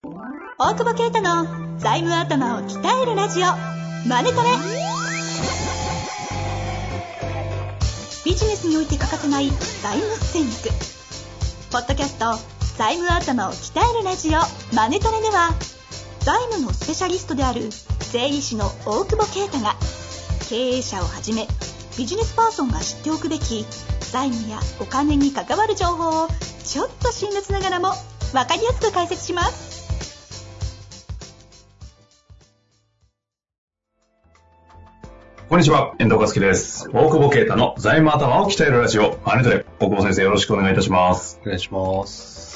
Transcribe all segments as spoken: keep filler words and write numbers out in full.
大久保啓太の財務頭を鍛えるラジオマネトレ。ビジネスにおいて欠かせない財務戦略。ポッドキャスト財務頭を鍛えるラジオマネトレでは、財務のスペシャリストである税理士の大久保啓太が、経営者をはじめビジネスパーソンが知っておくべき財務やお金に関わる情報をちょっと辛辣ながらも分かりやすく解説します。 こんにちは、遠藤和樹です。大久保啓太の財務頭を鍛えるラジオマネトレ。大久保先生、よろしくお願いいたします。 お願いします。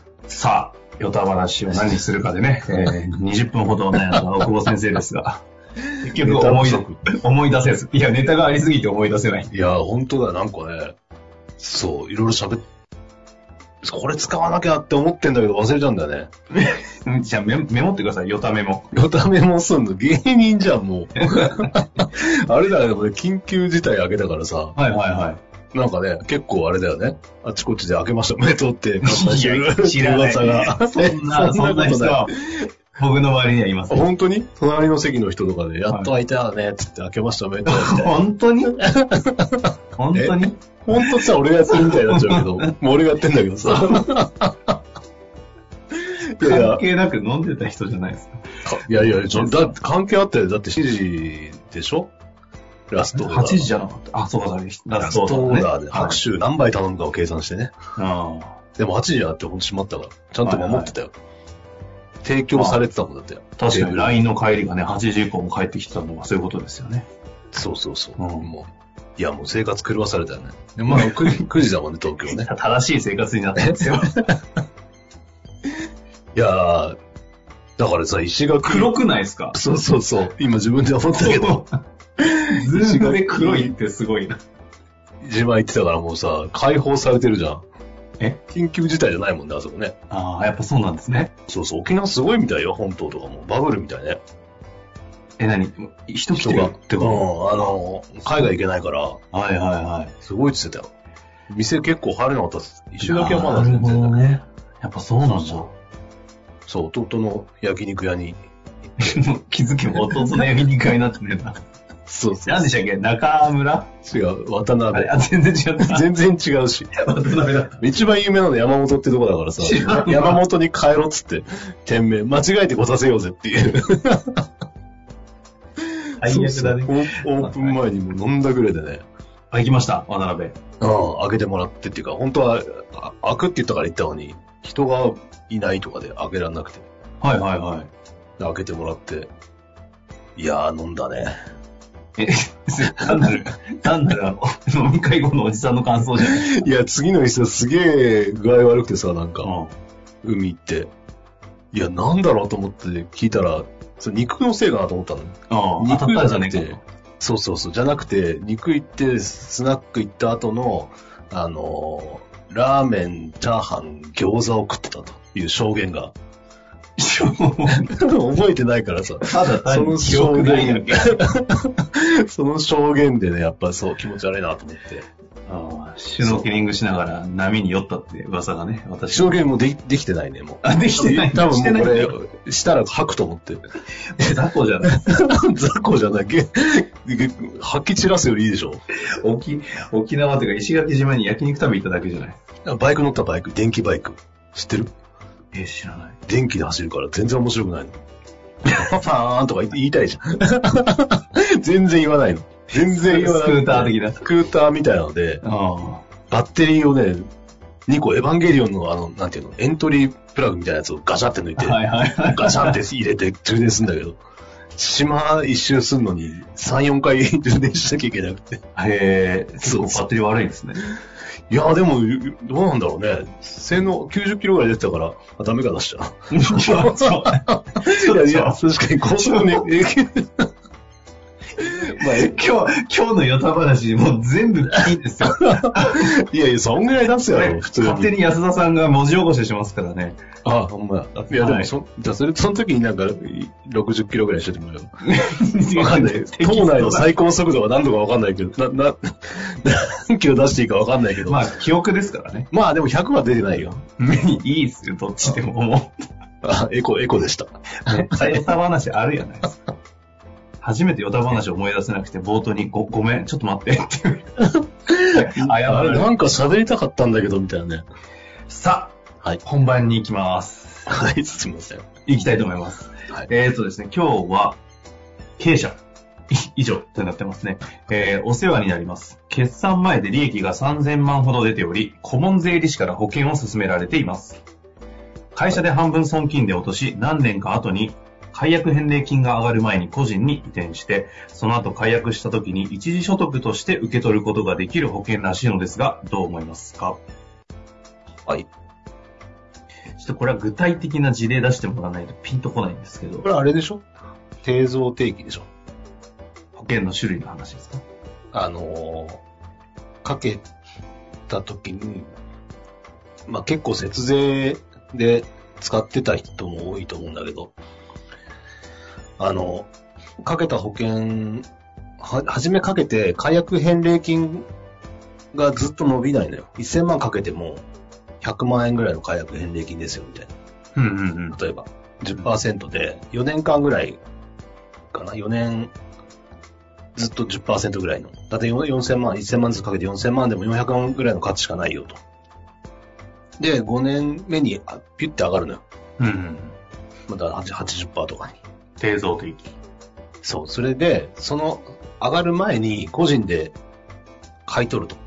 さあ、ヨタ話を何にするかでね、えー、にじゅっぷんほど悩んだ大久保先生ですが、結局思い思い出せず、いやネタがありすぎて思い出せない。 いや本当だ、なんかね、そういろいろ喋っこれ使わなきゃって思ってんだけど忘れちゃうんだよね。 じゃあ メ, メモってください。ヨタメモ。 ヨタメモすんの芸人じゃんもう。あれだよね、緊急事態開けたからさ。 はいはいはい。 なんかね、結構あれだよね。あっちこっちで開けましたおめでとうって。いや知らない。 噂がそんなそんな人は僕の周りにはいます、ね。 本当に隣の席の人とかでやっと開いたよねっつって開けましたおめでとうみたいな。 本当に本当に本当さ、俺がやってるみたいになっちゃうけど、もう俺がやってんだけどさ。 関係なく飲んでた人じゃないですか。 いやいや、ちょだって関係あったよ。だってしちじでしょラストオーダー。 はちじじゃなかった。あ、そうか、 ラストオーダーで拍手何杯頼むかを計算してね。 あでもはちじになってほんと閉まったから、ちゃんと守ってたよ。はいはい、提供されてたもんだってよ。 確かに ライン の帰りがね、はちじ以降も帰ってきてたのはそういうことですよね。 そうそうそう。うん、もういや、もう生活狂わされたよね。でまあくじ、くじだもんね、東京ね。 正しい生活になったんですよ。 いやー、だからさ、石垣。 黒くないですか？ そうそうそう。今自分で思ったけど。 ズームで黒いってすごいな。 自分は言ってたからもうさ、解放されてるじゃん。 え緊急事態じゃないもんね、あそこね。 ああ、やっぱそうなんですね。 そうそう、沖縄すごいみたいよ、本島とかも。バブルみたいね。 え、何人来てるってこと？うん、あの、海外行けないから。 はいはいはい。 すごいって言ってたよ。店結構入れなかったっす。石垣はまだ全然。なるほどね。やっぱそうなんだ。そうそう、弟の焼肉屋に。 気づけば弟の焼肉屋になってくれた。 そうそう。 何でしたっけ？中村？ 違う、渡辺。 あ、全然違った。 全然違うし。 渡辺だ。 一番有名なの山本ってとこだからさ。山本に帰ろうっつって、店名、間違えて来させようぜっていう。 最悪だね。 オープン前にも飲んだぐらいでね。 あ、行きました、渡辺。 うん、開けてもらってっていうか、本当は、開くって言ったから行ったのに、人がいないとかで開けられなくて。 はいはいはい。 開けてもらって、いやー飲んだね。 え、単なる、単なるあの、飲み会後のおじさんの感想じゃない？ いや、次の日すげえ具合悪くてさ、なんか、うん、海行って、いや、なんだろうと思って聞いたら、それ肉のせいかなと思ったの。 ああ、 肉じゃなくて、 そうそうそう、じゃなくて、肉行って、スナック行った後の、あのー、ラーメン、チャーハン、餃子を食ってたという証言が。覚えてないからさ。 ただ単に記憶ないだけ。 その証言でね、やっぱそう気持ち悪いなと思って。 ああ、シュノーケリングしながら波に酔ったって噂がね、私。 証言もでできてないね、もう。 あ、できてない。 多分もうこれ、したら吐くと思って。 雑魚じゃない。 雑魚じゃない。吐き散らすよりいいでしょ。 沖、沖縄というか石垣島に焼肉食べ行っただけじゃない。 バイク乗ったバイク、電気バイク。知ってる？ え、知らない。 電気で走るから全然面白くないの。パパーンとか言いたいじゃん。全然言わないの。全然言わない。 スクーター的な。 スクーターみたいなので、 あバッテリーをね、にこエヴァンゲリオンのあの、なんていうの、エントリープラグみたいなやつをガシャって抜いて、 はいはいはい、 ガシャって入れて充電するんだけど、島一周するのにさん、よんかい充電しなきゃいけなくて。 へぇー、そう、バッテリー悪いですね。 いや、でも、どうなんだろうね。性能きゅうじゅっキロぐらい出てたから、あ、ダメか出しちゃう。いやいや、確かに高速ね。 まあ、今日、今日のヨタ話、もう全部いいですよ。 いやいや、そんぐらい出すやろ、普通に。 勝手に安田さんが文字起こししますからね。 あ、ほんまや。いや、でもそ、じゃあそれ、その時になんか、ろくじゅっキロぐらいしててもらう。わかんない。島内の最高速度は何度かわかんないけど、な、な、何キロ出していいかわかんないけど。 まあ、記憶ですからね。 まあ、でもひゃくは出てないよ。 いいですよ、どっちでも。 あ、エコ、エコでした。 めっちゃヨタ話あるやないですか。初めてヨタ話を思い出せなくて、冒頭に ご, ごめん、ちょっと待ってっていう。 あやばい。なんか喋りたかったんだけど、みたいなね。 さあ、はい、本番に行きます。 はい、すみません。 行きたいと思います。はい、えーとですね、今日は、経営者。以上となってますね。えー、お世話になります。決算前で利益がさんぜんまんほど出ており、顧問税理士から保険を勧められています。会社で半分損金で落とし、何年か後に解約返礼金が上がる前に個人に移転して、その後解約した時に一時所得として受け取ることができる保険らしいのですが、どう思いますか？ はい。 ちょっとこれは具体的な事例出してもらわないとピンとこないんですけど。 これあれでしょ？定増定期でしょ？ 保険の種類の話ですか？ あのー、かけた時に、まあ、結構節税で使ってた人も多いと思うんだけど、あの、かけた保険、は、はじめかけて解約返礼金がずっと伸びないのよ。せんまんかけてもひゃくまんえんぐらいの解約返礼金ですよ、みたいな。 うんうんうん。 例えば、じゅっパーセント でよねんかんぐらいかな、よねんずっと じゅっパーセント ぐらいの。だってよんせんまん、せんまんずつかけてよんせんまんでもよんひゃくまんぐらいの価値しかないよと。で、ごねんめにピュッて上がるのよ。 うんうん。 また はちじゅっパーセント とかに。 定増定期。 そう、それで、その上がる前に個人で買い取ると。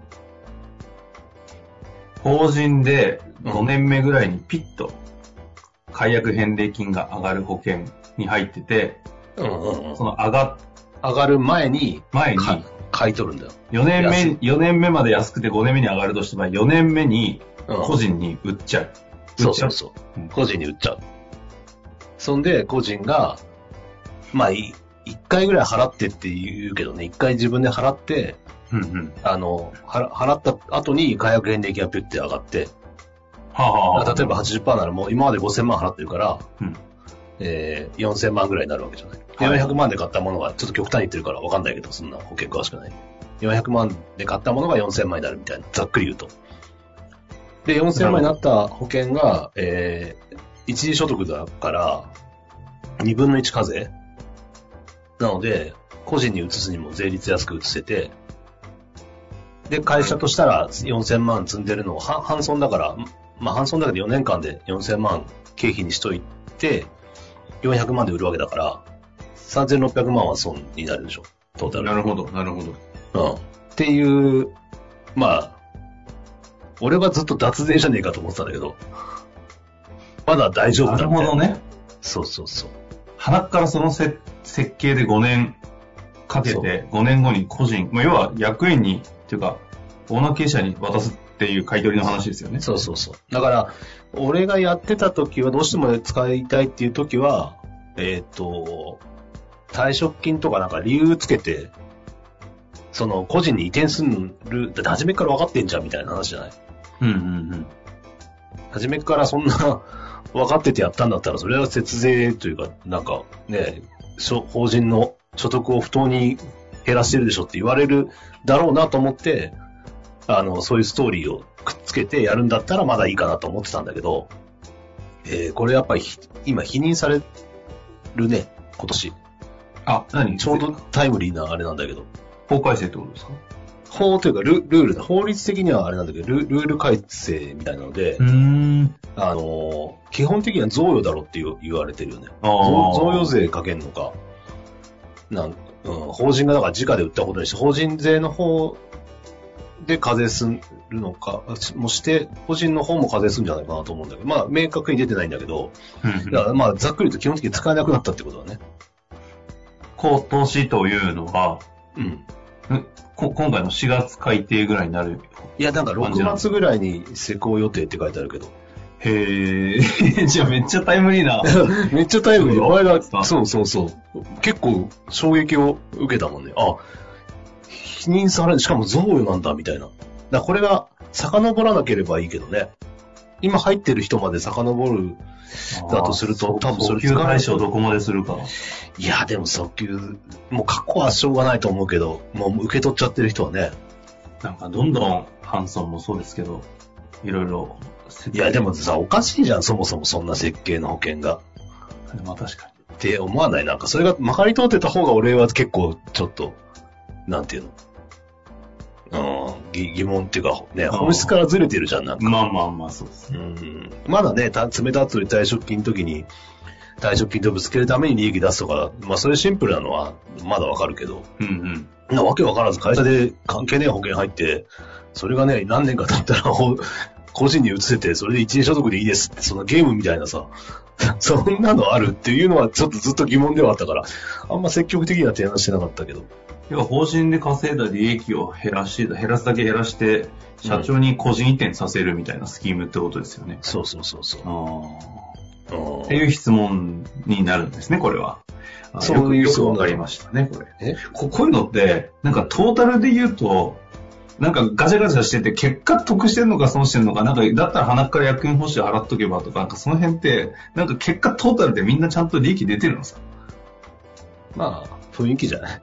法人でごねんめぐらいにピッと解約返礼金が上がる保険に入ってて、 うんうんうん、 その上が上がる前に前に買い取るんだよ。 よねんめ、よねんめまで安くてごねんめに上がるとしてもよねんめに個人に売っちゃう。 うん、そうそうそう、うん。個人に売っちゃう。そんで個人が、まあいっかいぐらい払ってって言うけどね、いっかい自分で払って、 うんうん、 あの、払った後に解約返礼金がピュッて上がって、 はあはあ、 例えば はちじゅっパーセント ならもう今までごせんまん払ってるから、 うんえー、よんせんまんぐらいになるわけじゃない。はい、よんひゃくまんで買ったものが、ちょっと極端に言ってるから分かんないけど、そんな保険詳しくない。よんひゃくまんで買ったものがよんせんまんになるみたいな、ざっくり言うと。で、よんせんまんになった保険が、えー、一時所得だから、にぶんのいち課税なので、個人に移すにも税率安く移せて、で、会社としたらよんせんまん積んでるのを半損だから、まあ半損だけどよねんかんでよんせんまん経費にしといて、よんひゃくまんで売るわけだから、さんぜんろっぴゃくまんは損になるでしょ、トータル。 なるほど、なるほど。 うん。っていう、まあ、俺はずっと脱税じゃねえかと思ってたんだけど、まだ大丈夫だみたいな。 なるほどね。 そうそうそう。 鼻からその設計でごねんかけて、ごねんごに個人、まあ、要は役員に、っていうか、オーナー経営者に渡すっていう買い取りの話ですよね。 そうそうそう。だから、俺がやってた時は、どうしても使いたいっていう時は、えっと、退職金とかなんか理由つけて、その個人に移転する、だって初めから分かってんじゃんみたいな話じゃない。 うんうんうん。 初めからそんな分かっててやったんだったら、それは節税というか、なんかね、法人の所得を不当に減らしてるでしょって言われるだろうなと思って、あの、そういうストーリーをくっつけてやるんだったらまだいいかなと思ってたんだけど、えー、これやっぱり今否認されるね、今年。 あ、何？ ちょうどタイムリーなあれなんだけど。 法改正ってことですか？ 法というかル、ルールだ。法律的にはあれなんだけど、ル、ルール改正みたいなので、 うーんあの、基本的には贈与だろって言われてるよね。 あ贈与税かけんのか。なんうん、法人がだから直で売ったことにして、法人税の方で課税するのか、もして、個人の方も課税するんじゃないかなと思うんだけど、まあ、明確に出てないんだけど、だからまあ、ざっくり言うと基本的に使えなくなったってことだね。 今年というのは、 うん。 こ今回のしがつ改定ぐらいになる。 いや、なんかろくがつぐらいに施行予定って書いてあるけど。 へー。じゃあめっちゃタイムリーな。 めっちゃタイムリー。お前が、そうそうそう。結構衝撃を受けたもんね。あ、否認される、しかも贈与なんだみたいな。だからこれが遡らなければいいけどね。今入ってる人まで遡るだとすると、多分それ訴求対象どこまでするか。 いや、でも訴求、もう過去はしょうがないと思うけど、もう受け取っちゃってる人はね。 なんかどんどんハンソンもそうですけど、いろいろいや、でもさ、おかしいじゃん、そもそもそんな設計の保険が。 まあ確かに。 って思わない？なんか、それがまかり通ってた方が俺は結構、ちょっと、なんていうの、うん、疑疑問っていうか、ね、本質からずれてるじゃん、なんか。 まあまあまあ、そうですね。 うん、まだね、た冷た取り退職金の時に、退職金とぶつけるために利益出すとか、まあそれシンプルなのはまだわかるけど、 うんうん。なわけわからず会社で関係ねえ保険入って、それがね、何年か経ったら個人に移せて、それで一時所得でいいですって、そのゲームみたいなさ、そんなのあるっていうのはちょっとずっと疑問ではあったから、あんま積極的な提案してなかったけど。 要は法人で稼いだ利益を減らし、減らすだけ減らして、社長に個人移転させるみたいなスキームってことですよね。 うん、そうそうそうそう。 あっていう質問になるんですね、これは。 そういうよくわかりましたね、これ。 えここういうのって、なんかトータルで言うと、なんかガチャガチャしてて、結果得してんのか損してんのか、なんかだったら鼻から役員報酬払っとけばとか、なんかその辺って、なんか結果トータルでみんなちゃんと利益出てるんですか？ まあ、雰囲気じゃない。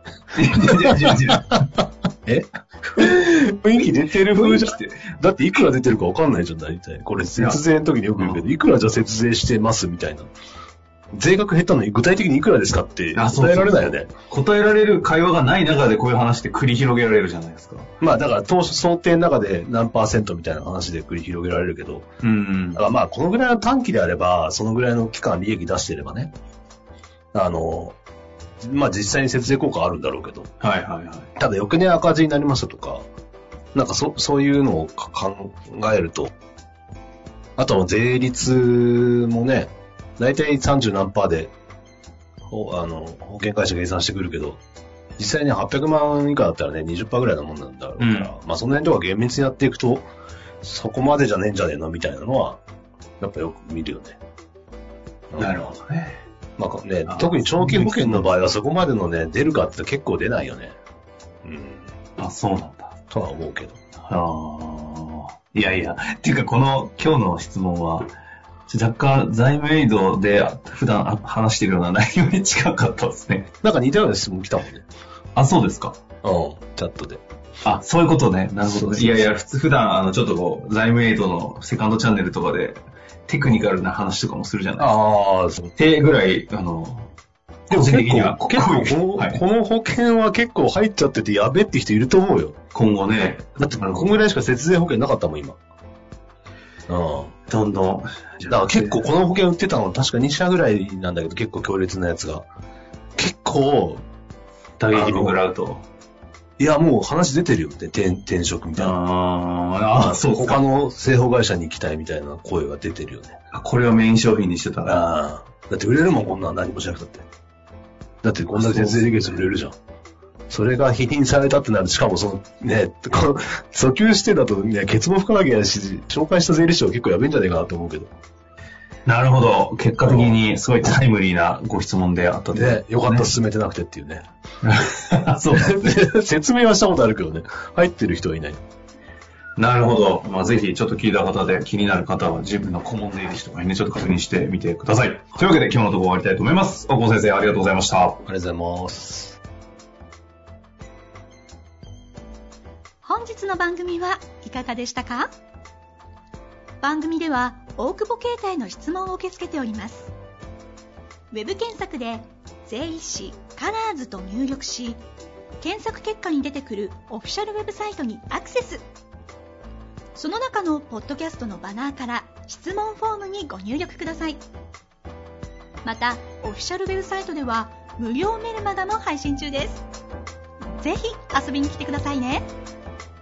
え雰囲気出てる風じゃん。だっていくら出てるか分かんないじゃん、大体。これ節税の時によく言うけど、いくらじゃ節税してますみたいな。税額減ったのに具体的にいくらですかって答えられないよね。 答えられる会話がない中でこういう話って繰り広げられるじゃないですか。 まあだから当初想定の中で何パーセントみたいな話で繰り広げられるけど、 うんうん、 だからまあこのぐらいの短期であれば、そのぐらいの期間利益出していればね、あの、まあ実際に節税効果あるんだろうけど、 はいはいはい。 ただ翌年赤字になりましたとか、なんかそ、そういうのを考えると、あとは税率もね、だいたいさんじゅう何パーで、あの、保険会社が計算してくるけど、実際にはっぴゃくまん以下だったらね、にじゅっパーセントぐらいなもんなんだろうから、うん、まあその辺とか厳密にやっていくと、そこまでじゃねえんじゃねえのみたいなのは、やっぱよく見るよね。 なるほどね。 まあね、特に長期保険の場合はそこまでのね、出るかって結構出ないよね。 うん。あ、そうなんだ。 とは思うけど。 ああ。いやいや、っていうかこの今日の質問は、若干財務エイドで普段話してるような内容に近かったですね。 なんか似たような質問来たもんね。 あ、そうですか。 うん、チャットで。 あ、そういうことね。なるほどね。いやいや、普通普段あのちょっとこう財務エイドのセカンドチャンネルとかでテクニカルな話とかもするじゃないですか。ああ、そう。手ぐらいあの。 でも結構、結構この、はい、この保険は結構入っちゃっててやべって人いると思うよ。 今後ね。 だってこのぐらいしか節税保険なかったもん、今。 うん。どんどん。 だから結構この保険売ってたの確かに社ぐらいなんだけど、結構強烈なやつが。結構、 打撃も食らうと。 いや、もう話出てるよって、転、転職みたいな。 ああ、そうか。 他の製法会社に行きたいみたいな声が出てるよね。 これをメイン商品にしてたら。 ああ。だって売れるもん、こんなん何もしなくたって。だってこんな節税できるやつ売れるじゃん。それが否認されたってなる。しかもそのね、この訴求してだとね、ケツも吹かなきゃいけないし、紹介した税理士は結構やべえんじゃねえかなと思うけど。 なるほど。結果的にすごいタイムリーなご質問であったと、 ね。よかった、進めてなくてっていうね。 そう説明はしたことあるけどね、入ってる人はいない。 なるほど。まあ、ぜひちょっと聞いた方で気になる方は自分の顧問税理士とかにね、ちょっと確認してみてください。というわけで今日のところ終わりたいと思います。大久保先生ありがとうございました。 ありがとうございます。 本日の番組はいかがでしたか？番組では大久保携帯の質問を受け付けております。ウェブ検索で税理士カラーズと入力し、検索結果に出てくるオフィシャルウェブサイトにアクセス。その中のポッドキャストのバナーから質問フォームにご入力ください。またオフィシャルウェブサイトでは無料メルマガも配信中です。ぜひ遊びに来てくださいね。